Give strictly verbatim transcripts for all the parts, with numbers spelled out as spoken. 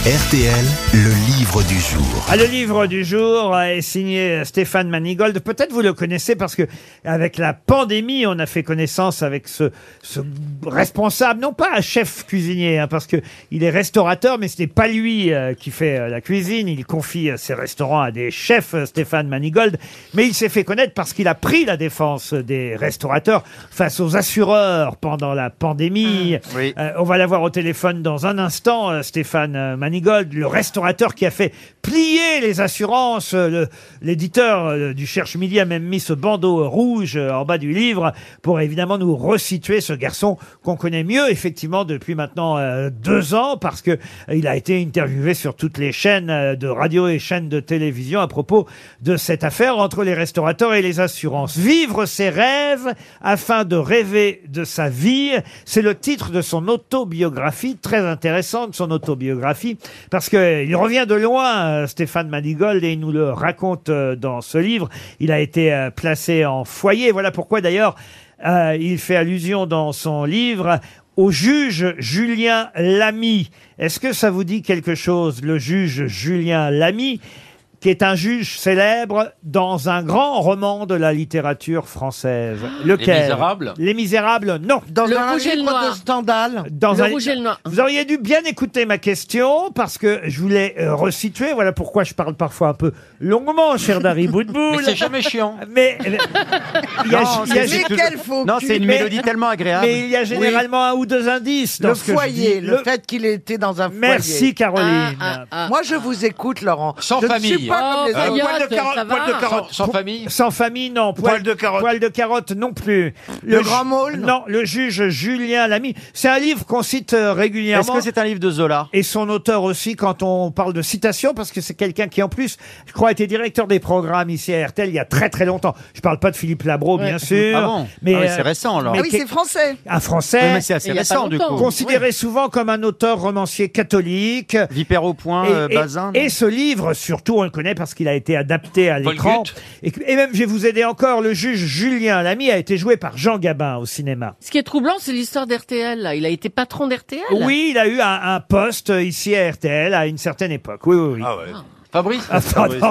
R T L, le livre du jour. Ah, le livre du jour est signé Stéphane Manigold. Peut-être vous le connaissez parce que avec la pandémie, on a fait connaissance avec ce, ce responsable, non pas un chef cuisinier, hein, parce que il est restaurateur, mais ce n'est pas lui euh, qui fait euh, la cuisine. Il confie euh, ses restaurants à des chefs, euh, Stéphane Manigold. Mais il s'est fait connaître parce qu'il a pris la défense des restaurateurs face aux assureurs pendant la pandémie. Mmh, oui. Euh, on va l'avoir au téléphone dans un instant, euh, Stéphane euh, Manigold. Manigold, le restaurateur qui a fait plier les assurances. Le, l'éditeur euh, du Cherche Midi a même mis ce bandeau rouge euh, en bas du livre pour évidemment nous resituer ce garçon qu'on connaît mieux effectivement depuis maintenant euh, deux ans parce que euh, il a été interviewé sur toutes les chaînes euh, de radio et chaînes de télévision à propos de cette affaire entre les restaurateurs et les assurances. Vivre ses rêves afin de rêver de sa vie, c'est le titre de son autobiographie, très intéressante son autobiographie. Parce qu'il revient de loin, Stéphane Manigold, et il nous le raconte dans ce livre. Il a été placé en foyer. Voilà pourquoi, d'ailleurs, euh, il fait allusion dans son livre au juge Julien Lamy. Est-ce que ça vous dit quelque chose, le juge Julien Lamy, qui est un juge célèbre dans un grand roman de la littérature française? Lequel? Les Misérables? Les Misérables, non. Dans Le un Rouge et le livre Noir. de Stendhal. Dans Le un- Rouge et le Noir. Vous auriez dû bien écouter ma question parce que je voulais euh, resituer. Voilà pourquoi je parle parfois un peu longuement, cher Dari Boudboul. Mais c'est jamais chiant. Mais euh, il y a, Non, il y a- c'est- Mais c'est- quel faux Non, cul. c'est une Mais- mélodie tellement agréable. mais il y a généralement un ou deux indices dans Le ce que je foyer, dis. le, fait qu'il était dans un foyer. Merci Caroline. Ah, ah, ah. Moi, je vous écoute, Laurent. Sans je ne famille. suis pas comme les Oh, autres. Coyote, poil de carotte, ça va. poil de carotte. Sans, sans famille. Sans famille, non. Poil de carotte. Poil de carotte, non plus. Le ju- Grand Maule, non. Non, le juge Julien Lamy. C'est un livre qu'on cite euh, régulièrement. Est-ce que c'est un livre de Zola? Et son auteur aussi, quand on parle de citation, parce que c'est quelqu'un qui, en plus, je crois, était directeur des programmes ici à R T L il y a très très longtemps. Je parle pas de Philippe Labro, bien sûr. Ah bon? Mais Ah oui, euh, c'est récent alors. mais Ah oui, qui- c'est français. un Oui, Français, mais c'est assez Et il y a pas récent du longtemps. coup. considéré souvent comme un auteur romancier catholique. Vipère au point, euh, et, Bazin. et ce livre, surtout, on le connaît parce qu'il a été adapté à l'écran. Volgut. Et, que- et même, je vais vous aider encore, le juge Julien Lamy a été joué par Jean Gabin au cinéma. Ce qui est troublant, c'est l'histoire d'R T L. Là. Il a été patron d'R T L. Oui, il a eu un, un poste ici à R T L à une certaine époque. Oui, oui, oui. Ah ouais. Fabrice? Ah, pardon.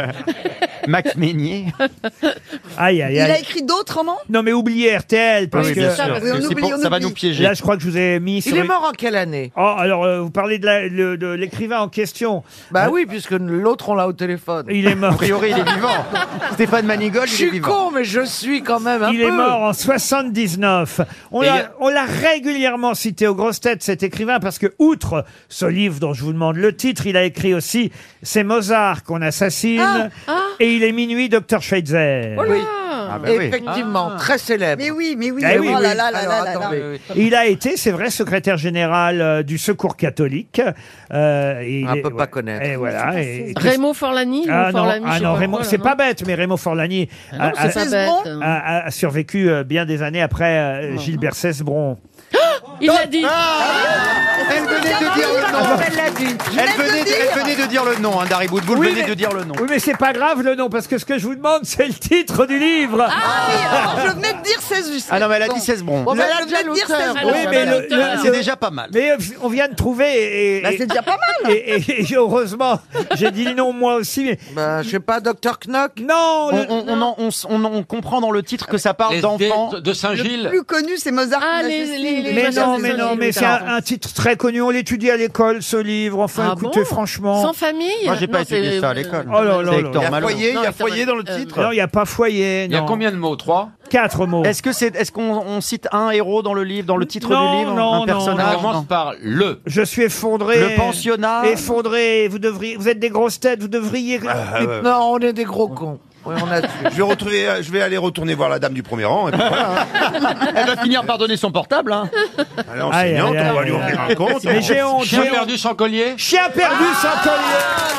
Max Meignier. Aïe, aïe, Il a aïe. écrit d'autres romans? Non, mais oubliez R T L parce Oui, que bien ça, sûr. parce que- C'est- on c'est oublie, pour- on ça va oublie. nous piéger. là, je crois que je vous ai mis sur Il est une- mort en quelle année? Oh, alors, euh, vous parlez de la- le- de l'écrivain en question. Bah Hein? oui, puisque l'autre, on l'a au téléphone. Il est A mort. priori, il est vivant. Stéphane Manigold, Je il est suis vivant. con, mais je suis quand même un Il peu. est mort en soixante-dix-neuf. On Et il y l'a, a- on l'a régulièrement cité aux grosses têtes, cet écrivain, parce que, outre ce livre dont je vous demande le titre, il a écrit aussi C'est Mozart qu'on assassine Ah, ah. et Il est minuit, docteur Schweitzer. Oui, Ah bah oui. effectivement, Ah. très célèbre. Mais oui, mais oui. Ah oui, oh oui. là là là Alors, là là là. attendez. Il a été, c'est vrai, secrétaire général euh, du Secours catholique. Euh, et il On est- peut pas connaître. Et voilà. Et, et- Raymond Forlani. Ah ou non, Forlani, je ah sais non, pas Raymond, quoi, là, c'est non pas bête, mais Raymond Forlani Ah a, non, a- c'est pas Cesbron bête. a- a- a survécu euh, bien des années après euh, Non. Gilbert Cesbron. Il a dit. Elle venait de dire le nom. Elle l'a dit. Elle venait, de, elle venait de dire le nom, hein, Dari Boudboul Oui, venait mais- de dire le nom. Oui, mais c'est pas grave le nom, parce que ce que je vous demande, c'est le titre du livre. Ah oui, alors je venais de dire seize juste. Ah non, mais elle a dit Cesbron. Bon, bah, Je elle a déjà venais de dire l'auteur. Cesbron. Oui, mais le- le- C'est déjà pas mal. Mais euh, on vient de trouver et, et- Bah, c'est déjà pas mal. et- et- et heureusement, j'ai dit le nom moi aussi. Mais Bah, je sais pas, docteur Knock. non, On, le- on, on, en- on s- on- on comprend dans le titre que ça parle Les d'enfants. de, de Saint-Gilles. Le plus connu, c'est Mozart. Ah, qu'on les- assassine. les- les- mais Mozart, non, c'est mais Saint-Gilles, non, mais oui, c'est t'as un, raison. un titre très connu. On l'étudie à l'école, ce livre. Enfin, Ah écoutez, bon franchement. Sans famille. Moi, j'ai pas Non, étudié c'est- ça à l'école. Oh là là C'est là Hector là. Il y a Malot. foyer, il y Non, a ça foyer va- dans le euh, titre. Non, il n'y a pas foyer. Il y a non. combien de mots? Trois? Quatre mots. Est-ce que c'est, est-ce qu'on on cite un héros dans le livre, dans le titre Non, du livre, non, un non, personnage? On commence non. par le. Je suis effondré. Le pensionnat. Effondré. Vous devriez. Vous êtes des grosses têtes. Vous devriez. Ah, ouais. Non, on est des gros cons. Oui, on a Je vais retrouver, je vais aller retourner voir la dame du premier rang. Et puis voilà, hein. Elle va finir par donner son portable. Hein. Elle est enseignante, Aïe, aïe, on va aïe, lui aïe. ouvrir un compte. Mais j'ai honte. Chien j'ai honte. perdu sans collier. Chien perdu sans collier.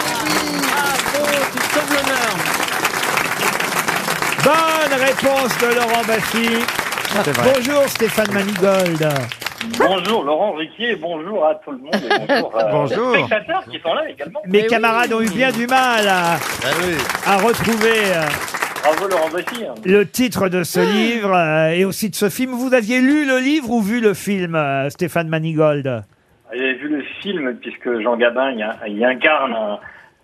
Tu te sauves l'honneur. Bonne réponse de Laurent Baffy. C'est vrai. Bonjour Stéphane Manigold. Bonjour Laurent Ruquier, bonjour à tout le monde et bonjour, euh, Bonjour. aux spectateurs qui sont là également. Mes Mais camarades ont eu bien du mal à, Ah oui. à retrouver euh, Bravo Laurent Baffy. le titre de ce livre euh, et aussi de ce film. Vous aviez lu le livre ou vu le film, euh, Stéphane Manigold? J'ai vu le film, puisque Jean Gabin il, a- il incarne un,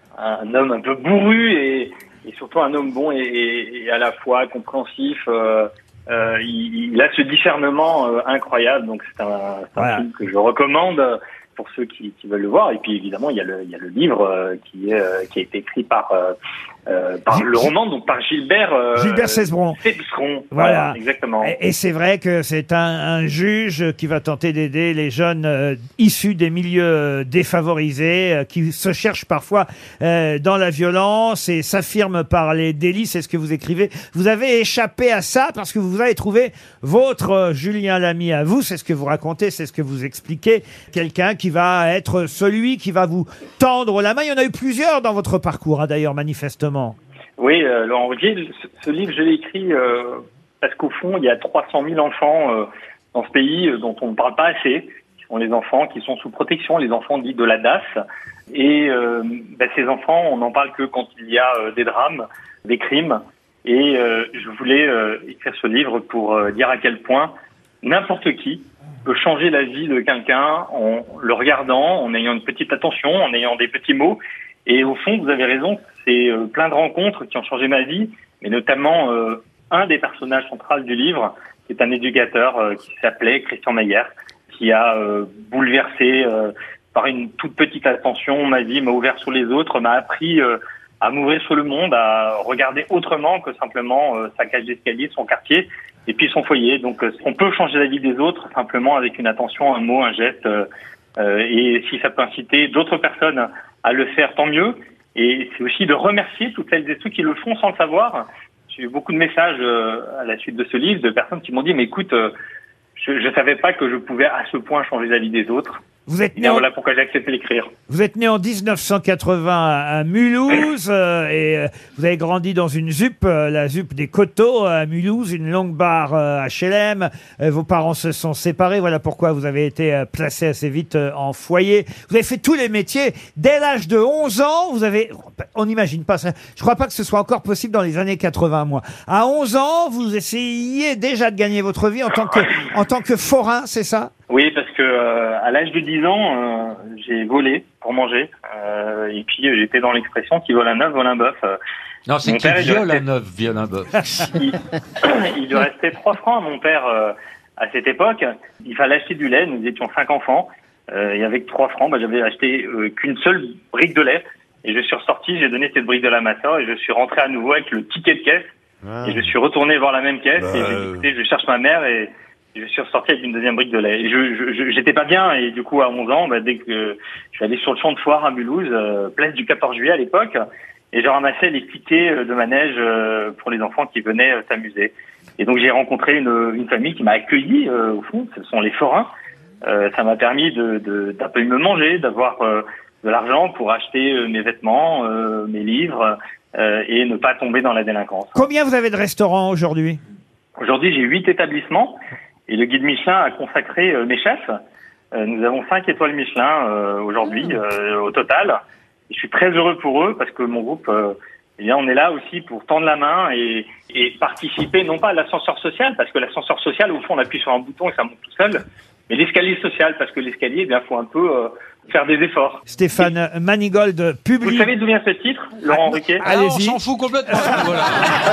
un homme un peu bourru et, et surtout un homme bon et, et, et à la fois compréhensif. Euh, euh, il, il a ce discernement euh, incroyable, donc c'est un, c'est un Voilà. film que je recommande pour ceux qui, qui veulent le voir. Et puis évidemment, il y a le, il y a le livre euh, qui, est, euh, qui a été écrit par, euh, euh, par Gilles- le roman, donc par Gilbert euh, Gilbert Cesbron. Cesbron. Voilà. Exactement. Et, et c'est vrai que c'est un, un juge qui va tenter d'aider les jeunes euh, issus des milieux euh, défavorisés, euh, qui se cherchent parfois euh, dans la violence et s'affirment par les délits. C'est ce que vous écrivez. Vous avez échappé à ça parce que vous avez trouvé votre euh, Julien Lamy à vous. C'est ce que vous racontez, c'est ce que vous expliquez. Quelqu'un qui va être celui qui va vous tendre la main. Il y en a eu plusieurs dans votre parcours, hein, d'ailleurs, manifestement. Oui, euh, Laurent Ruquier, ce, ce livre, je l'ai écrit euh, parce qu'au fond, il y a trois cent mille enfants euh, dans ce pays euh, dont on ne parle pas assez, qui sont les enfants qui sont sous protection, les enfants dits de la D A S. Et euh, ben, ces enfants, on n'en parle que quand il y a euh, des drames, des crimes. Et euh, je voulais euh, écrire ce livre pour euh, dire à quel point n'importe qui peut changer la vie de quelqu'un en le regardant, en ayant une petite attention, en ayant des petits mots. Et au fond, vous avez raison, c'est euh, plein de rencontres qui ont changé ma vie, mais notamment euh, un des personnages centraux du livre, qui est un éducateur euh, qui s'appelait Christian Meyer, qui a euh, bouleversé euh, par une toute petite attention ma vie, m'a ouvert sur les autres, m'a appris euh, à m'ouvrir sur le monde, à regarder autrement que simplement euh, sa cage d'escalier, son quartier, et puis son foyer. Donc euh, on peut changer la vie des autres simplement avec une attention, un mot, un geste, euh, euh, et si ça peut inciter d'autres personnes à le faire, tant mieux. Et c'est aussi de remercier toutes celles et ceux qui le font sans le savoir. J'ai eu beaucoup de messages euh, à la suite de ce livre de personnes qui m'ont dit mais écoute, euh, je ne savais pas que je pouvais à ce point changer la vie des autres. Vous êtes Et né en... voilà pourquoi j'ai accepté d'écrire. Vous êtes né en dix-neuf cent quatre-vingts à à Mulhouse euh, et euh, vous avez grandi dans une ZUP, euh, la ZUP des Coteaux à Mulhouse, une longue barre euh, à H L M. Euh, vos parents se sont séparés, voilà pourquoi vous avez été euh, placé assez vite euh, en foyer. Vous avez fait tous les métiers. Dès l'âge de onze ans, vous avez... On n'imagine pas ça. Je crois pas que ce soit encore possible dans les années quatre-vingts, moi. À onze ans, vous essayiez déjà de gagner votre vie en tant que, en tant que forain, c'est ça? Oui, parce que euh, à l'âge de dix ans, euh, j'ai volé pour manger. Euh, et puis euh, j'étais dans l'expression qui vole un œuf, vole un bœuf. Euh, Non, c'est Mon qui père, il viole restait- un œuf, viole un bœuf. il, il lui restait trois francs à mon père euh, à cette époque. Il fallait acheter du lait. Nous étions cinq enfants. Euh, et avec trois francs, bah, j'avais acheté euh, qu'une seule brique de lait. Et je suis ressorti, j'ai donné cette brique de lait à ma sœur et je suis rentré à nouveau avec le ticket de caisse. Et je suis retourné voir la même caisse Bah, et j'ai dit, écoutez, je cherche ma mère et je suis ressorti avec une deuxième brique de lait. Et je, je, je- j'étais pas bien et du coup à onze ans, bah, dès que je suis allé sur le champ de foire à Mulhouse, euh, place du quatorze juillet à l'époque, et je ramassais les tickets de manège euh, pour les enfants qui venaient euh, s'amuser. Et donc j'ai rencontré une, une famille qui m'a accueilli euh, au fond, ce sont les forains. Euh, ça m'a permis de, de, d'un peu me manger, d'avoir euh, de l'argent pour acheter euh, mes vêtements, euh, mes livres euh, et ne pas tomber dans la délinquance. Combien vous avez de restaurants aujourd'hui? Aujourd'hui, j'ai huit établissements et le guide Michelin a consacré euh, mes chefs. Euh, nous avons cinq étoiles Michelin euh, aujourd'hui euh, au total. Et je suis très heureux pour eux parce que mon groupe, euh, eh bien, on est là aussi pour tendre la main et, et participer non pas à l'ascenseur social parce que l'ascenseur social, au fond, on appuie sur un bouton et ça monte tout seul, mais l'escalier social parce que l'escalier, eh bien, faut un peu euh, faire des efforts. Stéphane Manigold publie... Vous savez d'où vient ce titre, Laurent Ruquier? Ah non, on Allez-y. s'en fout complètement. Voilà.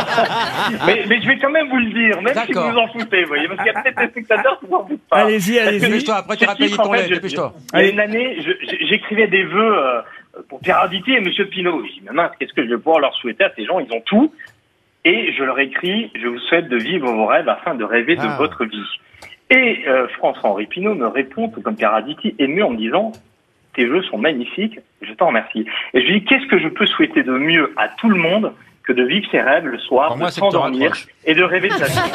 mais, mais je vais quand même vous le dire, même si vous D'accord. vous en foutez, vous voyez, parce qu'il y a peut-être des spectateurs qui vous en foutent pas. Allez-y, Parce que allez-y. Dépêche-toi, après tu ce vas payer titre, ton en fait, lait, je- dépêche-toi. Il y a une année, je- je- j'écrivais des vœux euh, pour Pierre Arditi et Monsieur Pinault. Je dis, mais mince, qu'est-ce que je vais pouvoir leur souhaiter à ces gens? Ils ont tout. Et je leur écris, je vous souhaite de vivre vos rêves afin de rêver de Ah. votre vie. Et euh, François-Henri Pinault me répond, tout comme Pierre Arditi, ému en me disant, tes vœux sont magnifiques, je t'en remercie. Et je lui dis, qu'est-ce que je peux souhaiter de mieux à tout le monde que de vivre ses rêves le soir, Pour de moi, c'est que tu s'endormir raccroches. et de rêver de sa vie.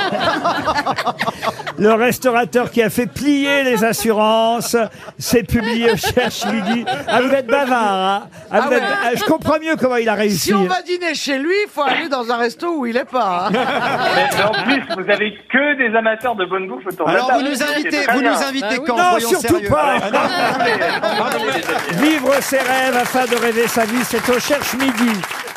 Le restaurateur qui a fait plier les assurances, c'est publié au Cherche Midi. Ah, vous êtes bavard, hein ah, vous Ah êtes- ouais. ah, je comprends mieux comment il a réussi. Si on va dîner chez lui, il faut aller dans un resto où il est pas. hein. mais, mais en plus, vous avez que des amateurs de bonne bouffe autour de la Alors table. vous nous C'est invitez, très vous bien. nous invitez Ah oui. quand? Non, Soyons surtout sérieux. pas. Ah, non. Désolé, désolé. Vivre ses rêves afin de rêver sa vie, c'est au Cherche Midi.